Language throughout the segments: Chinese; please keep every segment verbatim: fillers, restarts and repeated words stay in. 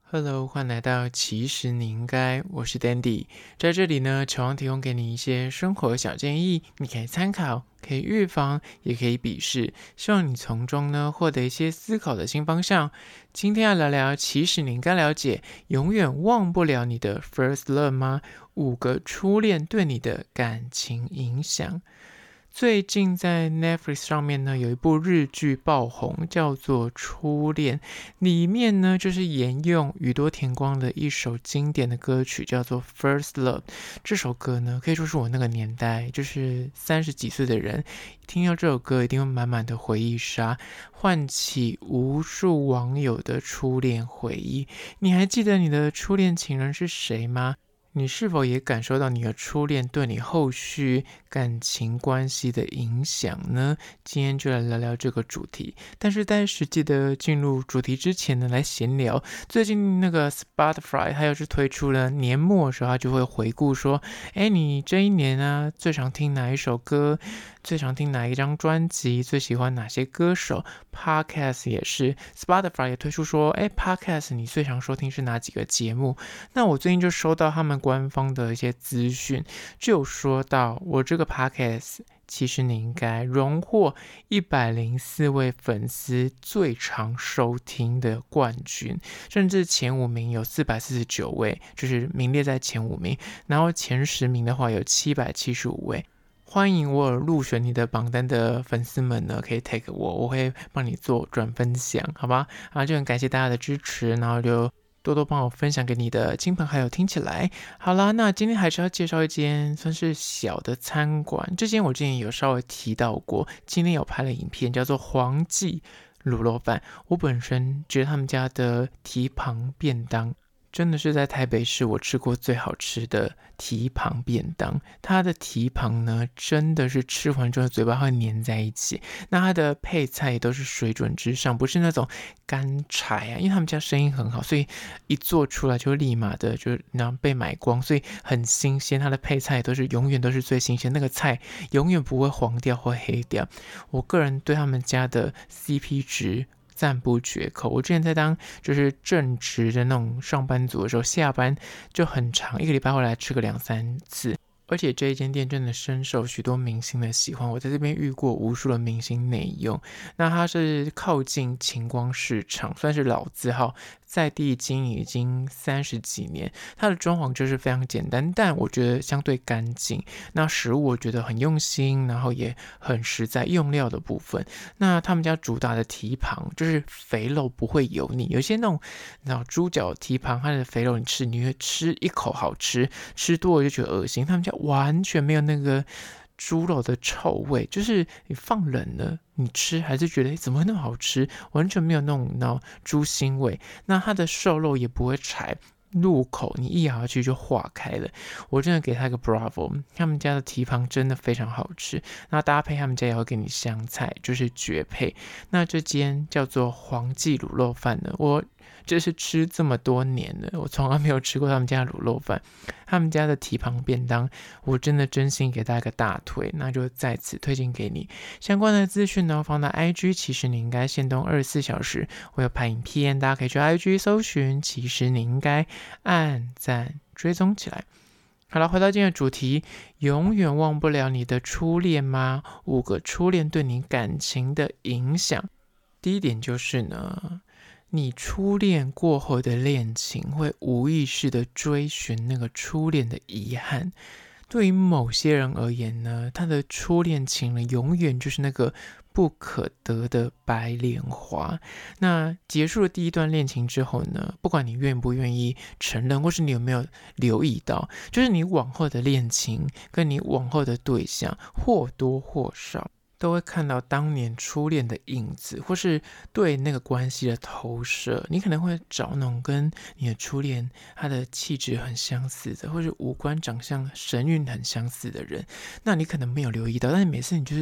Hello，欢迎来到其实你应该，我是 Dandy，在这里呢，期望提供给你一些生活小建议，你可以参考，可以预防，也可以鄙视，希望你从中呢获得一些思考的新方向。今天要聊聊，其实你应该了解，永远忘不了你的 first love 吗？五个初恋对你的感情影响。最近在 Netflix 上面呢，有一部日剧爆红，叫做《初恋》，里面呢就是沿用宇多田光的一首经典的歌曲，叫做《First Love》。这首歌呢，可以说是我那个年代，就是三十几岁的人，听到这首歌一定会满满的回忆杀，唤起无数网友的初恋回忆。你还记得你的初恋情人是谁吗？你是否也感受到你的初恋对你后续感情关系的影响呢？今天就来聊聊这个主题。但是在实际的进入主题之前呢，来闲聊。最近那个 Spotify 它又是推出了年末的时候，它就会回顾说，哎，你这一年啊，最常听哪一首歌？最常听哪一张专辑？最喜欢哪些歌手？ Podcast 也是 Spotify 也推出说，哎 Podcast 你最常收听是哪几个节目？那我最近就收到他们官方的一些资讯，就有说到我这个 Podcast 其实你应该荣获一百零四位粉丝最常收听的冠军，甚至前五名有四百四十九位，就是名列在前五名，然后前十名的话有七百七十五位。欢迎我有入选你的榜单的粉丝们呢，可以 tag 我，我会帮你做转分享，好吧？啊，就很感谢大家的支持，然后就多多帮我分享给你的亲朋好友听起来。好啦，那今天还是要介绍一间算是小的餐馆，这间我之前有稍微提到过，今天有拍了影片，叫做黄记卤肉饭。我本身觉得他们家的蹄膀便当真的是在台北市我吃过最好吃的蹄膀便当，它的蹄膀呢真的是吃完之后嘴巴会粘在一起，那它的配菜也都是水准之上，不是那种干柴啊，因为他们家生意很好，所以一做出来就立马的就然后被买光，所以很新鲜，它的配菜都是永远都是最新鲜，那个菜永远不会黄掉或黑掉。我个人对他们家的 C P 值赞不绝口。我之前在当就是正职的那种上班族的时候，下班就很长，一个礼拜会来吃个两三次。而且这一间店真的深受许多明星的喜欢，我在这边遇过无数的明星内用。那它是靠近晴光市场，算是老字号，在地经营已经三十几年。它的装潢就是非常简单，但我觉得相对干净。那食物我觉得很用心，然后也很实在，用料的部分。那他们家主打的蹄膀就是肥肉不会油腻，有些那种那猪脚蹄膀，它的肥肉你吃你会吃一口好吃，吃多了就觉得恶心。他们家完全没有那个猪肉的臭味，就是你放冷了你吃还是觉得怎么会那么好吃，完全没有那种那种猪腥味。那它的瘦肉也不会柴，入口你一咬下去就化开了，我真的给他一个 bravo， 他们家的蹄膀真的非常好吃，那搭配他们家也会给你香菜，就是绝配。那这间叫做黄记卤肉饭呢，我这是吃这么多年了，我从来没有吃过他们家的卤肉饭，他们家的蹄膀便当我真的真心给大家个大推，那就在此推荐给你。相关的资讯呢放到 I G， 其实你应该限动二十四小时，我有拍影片，大家可以去 I G 搜寻，其实你应该按赞追踪起来。好了，回到今天的主题，永远忘不了你的初恋吗？五个初恋对你感情的影响。第一点就是呢，你初恋过后的恋情会无意识的追寻那个初恋的遗憾。对于某些人而言呢，他的初恋情人永远就是那个不可得的白莲花。那结束了第一段恋情之后呢，不管你愿不愿意承认，或是你有没有留意到，就是你往后的恋情跟你往后的对象或多或少都会看到当年初恋的影子，或是对那个关系的投射。你可能会找那种跟你的初恋他的气质很相似的，或是五官长相神韵很相似的人，那你可能没有留意到，但是每次你就是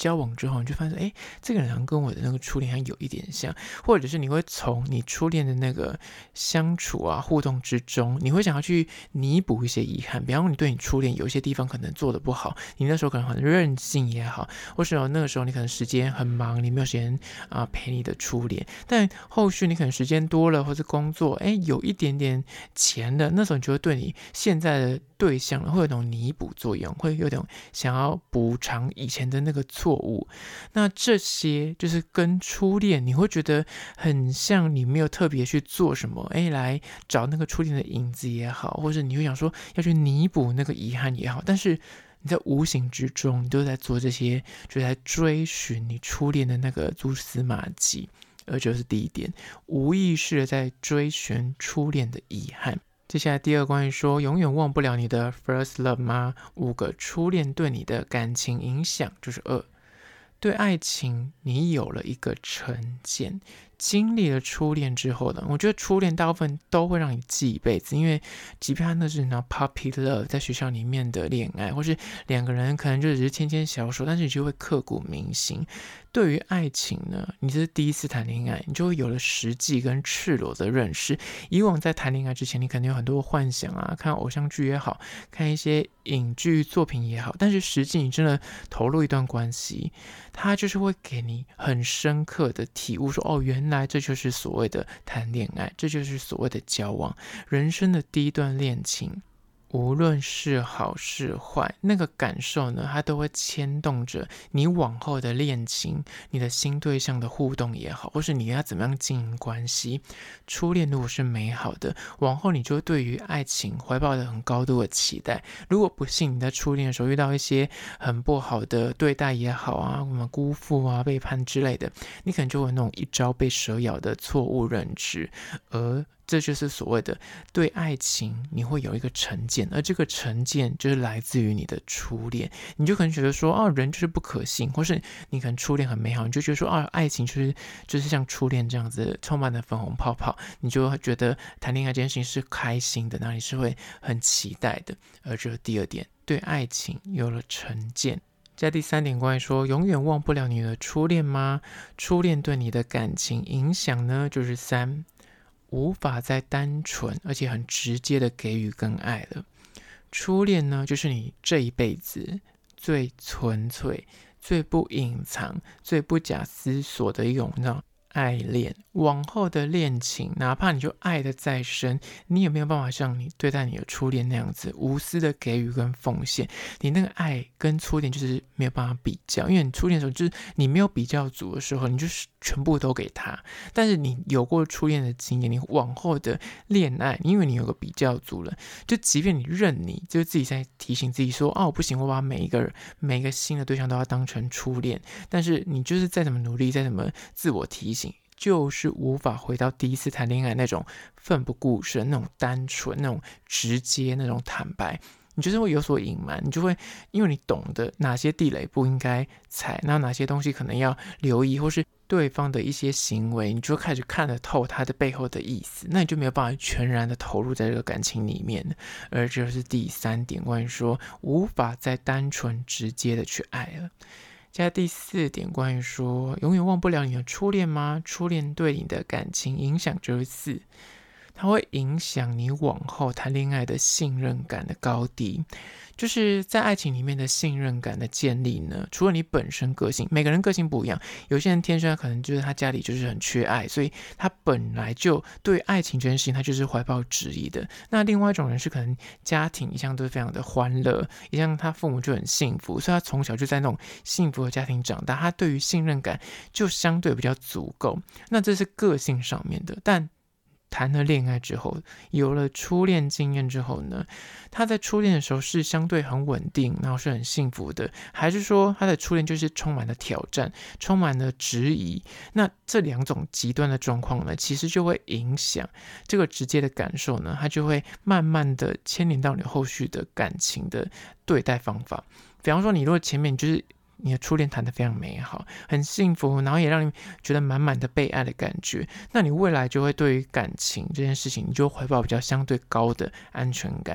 交往之后，你就发现哎，这个人好像跟我的那个初恋好像有一点像，或者是你会从你初恋的那个相处啊互动之中，你会想要去弥补一些遗憾。比方说你对你初恋有一些地方可能做得不好，你那时候可能很任性也好，或是那个时候你可能时间很忙，你没有时间啊、呃、陪你的初恋，但后续你可能时间多了，或是工作哎有一点点钱了，那时候你就会对你现在的对象会有一种弥补作用，会有种想要补偿以前的那个错误。那这些就是跟初恋你会觉得很像，你没有特别去做什么哎来找那个初恋的影子也好，或者你会想说要去弥补那个遗憾也好，但是你在无形之中你都在做这些，就在追寻你初恋的那个蛛丝马迹。而就是第一点，无意识的在追寻初恋的遗憾。接下来第二关于说永远忘不了你的 first love 吗？五个初恋对你的感情影响，就是二，对爱情你有了一个成见。经历了初恋之后呢，我觉得初恋大部分都会让你记一辈子，因为即便他那是那 puppy love 在学校里面的恋爱，或是两个人可能就只是牵牵小手，但是你就会刻骨铭心。对于爱情呢，你这是第一次谈恋爱，你就会有了实际跟赤裸的认识。以往在谈恋爱之前，你可能有很多幻想啊，看偶像剧也好，看一些影剧作品也好，但是实际你真的投入一段关系，它就是会给你很深刻的体悟说，哦，原来这就是所谓的谈恋爱，这就是所谓的交往，人生的第一段恋情。无论是好是坏，那个感受呢，它都会牵动着你往后的恋情，你的新对象的互动也好，或是你要怎么样经营关系。初恋如果是美好的，往后你就会对于爱情怀抱着很高度的期待。如果不幸你在初恋的时候遇到一些很不好的对待也好啊，什么辜负啊、背叛之类的，你可能就会有那种一朝被蛇咬的错误认知，而这就是所谓的对爱情你会有一个成见，而这个成见就是来自于你的初恋。你就可能觉得说，哦，人就是不可信，或是你可能初恋很美好，你就觉得说，哦，爱情就是就是像初恋这样子充满了粉红泡泡，你就会觉得谈恋爱这件事情是开心的，那你是会很期待的。而这是第二点，对爱情有了成见。在第三点，关于说永远忘不了你的初恋吗？初恋对你的感情影响呢，就是三，无法再单纯而且很直接的给予跟爱了。初恋呢，就是你这一辈子最纯粹、最不隐藏、最不假思索的一种那种爱恋。往后的恋情，哪怕你就爱得再深，你也没有办法像你对待你的初恋那样子无私的给予跟奉献。你那个爱跟初恋就是没有办法比较，因为你初恋的时候就是你没有比较组的时候，你就是全部都给他。但是你有过初恋的经验，你往后的恋爱，因为你有个比较组了，就即便你认你，就自己在提醒自己说，哦，不行，我把每一个每一个新的对象都要当成初恋，但是你就是再怎么努力，再怎么自我提醒，就是无法回到第一次谈恋爱那种奋不顾身、那种单纯、那种直接、那种坦白。你就是会有所隐瞒，你就会因为你懂得哪些地雷不应该踩，然后哪些东西可能要留意，或是对方的一些行为，你就开始看得透他的背后的意思，那你就没有办法全然的投入在这个感情里面。而这是第三点，关于说无法再单纯直接的去爱了。接下来第四点，关于说永远忘不了你的初恋吗？初恋对你的感情影响就是四，它会影响你往后谈恋爱的信任感的高低。就是在爱情里面的信任感的建立呢，除了你本身个性，每个人个性不一样，有些人天生可能就是他家里就是很缺爱，所以他本来就对爱情这件事情他就是怀抱质疑的。那另外一种人是可能家庭一向都是非常的欢乐，一向他父母就很幸福，所以他从小就在那种幸福的家庭长大，他对于信任感就相对比较足够。那这是个性上面的，但谈了恋爱之后，有了初恋经验之后呢，他在初恋的时候是相对很稳定，然后是很幸福的，还是说他的初恋就是充满了挑战，充满了质疑？那这两种极端的状况呢，其实就会影响这个直接的感受呢，它就会慢慢的牵连到你后续的感情的对待方法。比方说，你如果前面就是你的初恋谈得非常美好，很幸福，然后也让你觉得满满的被爱的感觉，那你未来就会对于感情这件事情，你就怀抱比较相对高的安全感。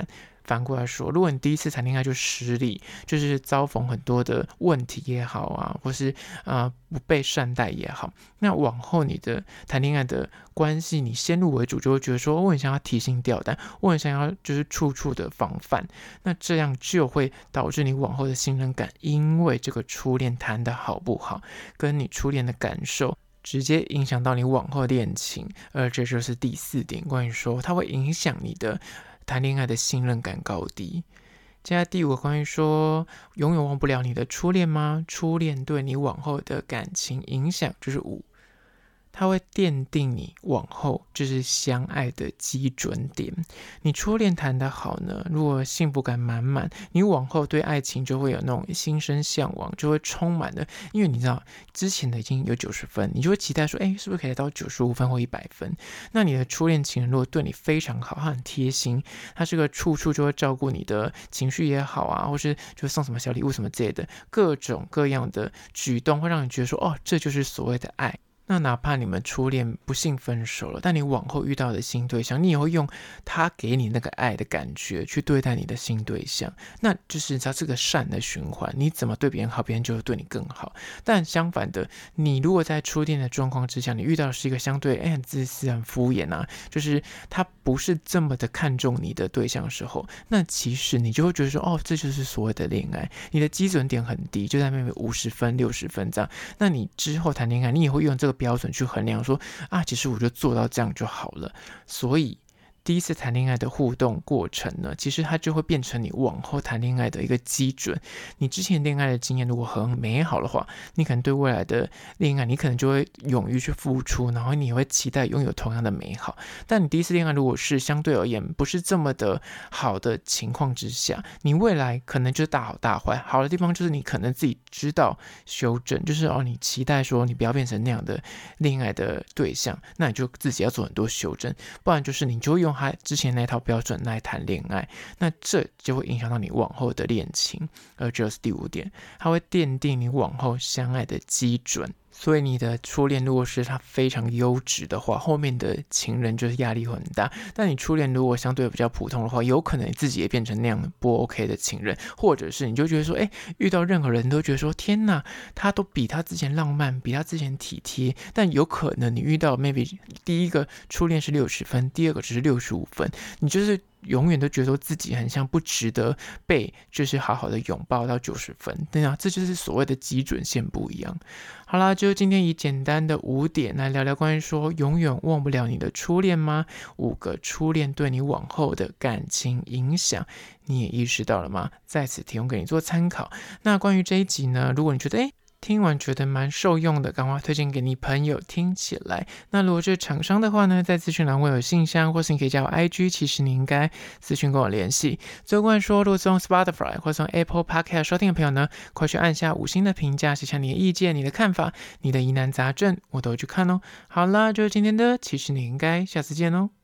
反过来说，如果你第一次谈恋爱就失利，就是遭逢很多的问题也好啊，或是呃不被善待也好，那往后你的谈恋爱的关系，你先入为主就会觉得说，我很想要提心吊胆，我很想要就是处处的防范，那这样就会导致你往后的信任感，因为这个初恋谈的好不好，跟你初恋的感受直接影响到你往后恋情，而这就是第四点，关于说它会影响你的谈恋爱的信任感高低。接下来第五个，关于说永远忘不了你的初恋吗？初恋对你往后的感情影响就是五，它会奠定你往后就是相爱的基准点。你初恋谈得好呢，如果幸福感满满，你往后对爱情就会有那种心生向往，就会充满了，因为你知道之前的已经有九十分，你就会期待说，哎，是不是可以到九十五分或一百分？那你的初恋情人如果对你非常好，他很贴心，他是个处处就会照顾你的情绪也好啊，或是就送什么小礼物什么之类的，各种各样的举动会让你觉得说，哦，这就是所谓的爱。那哪怕你们初恋不幸分手了，但你往后遇到的新对象，你也会用他给你那个爱的感觉去对待你的新对象，那就是它是个善的循环，你怎么对别人好，别人就会对你更好。但相反的，你如果在初恋的状况之下，你遇到的是一个相对哎很自私、很敷衍啊，就是他不是这么的看重你的对象的时候，那其实你就会觉得说，哦，这就是所谓的恋爱，你的基准点很低，就在那边五十分、六十分这样。那你之后谈恋爱，你也会用这个标准去衡量说，啊，其实我就做到这样就好了。所以第一次谈恋爱的互动过程呢，其实它就会变成你往后谈恋爱的一个基准。你之前恋爱的经验如果很美好的话，你可能对未来的恋爱，你可能就会勇于去付出，然后你也会期待拥有同样的美好。但你第一次恋爱如果是相对而言不是这么的好的情况之下，你未来可能就是大好大坏。好的地方就是你可能自己知道修正，就是哦，你期待说你不要变成那样的恋爱的对象，那你就自己要做很多修正，不然就是你就会用他之前那套标准来谈恋爱，那这就会影响到你往后的恋情。而这是第五点，它会奠定你往后相爱的基准。所以你的初恋如果是他非常优质的话，后面的情人就是压力会很大。但你初恋如果相对比较普通的话，有可能你自己也变成那样不 OK 的情人，或者是你就觉得说，哎，遇到任何人都觉得说，天哪，他都比他之前浪漫，比他之前体贴。但有可能你遇到 maybe 第一个初恋是六十分，第二个只是六十五分，你就是永远都觉得自己很像不值得被就是好好的拥抱到九十分，对啊，这就是所谓的基准线不一样。好啦，就今天以简单的五点来聊聊关于说永远忘不了你的初恋吗？五个初恋对你往后的感情影响，你也意识到了吗？在此提供给你做参考。那关于这一集呢，如果你觉得诶听完觉得蛮受用的，赶快推荐给你朋友听起来。那如果是厂商的话呢，在资讯栏会有信箱，或是你可以加我 I G， 其实你应该私讯跟我联系。最后关于说，如果是用 Spotify 或是用 Apple Podcast 收听的朋友呢，快去按下五星的评价，写下你的意见、你的看法、你的疑难杂症，我都会去看哦。好啦，就是今天的，其实你应该，下次见哦。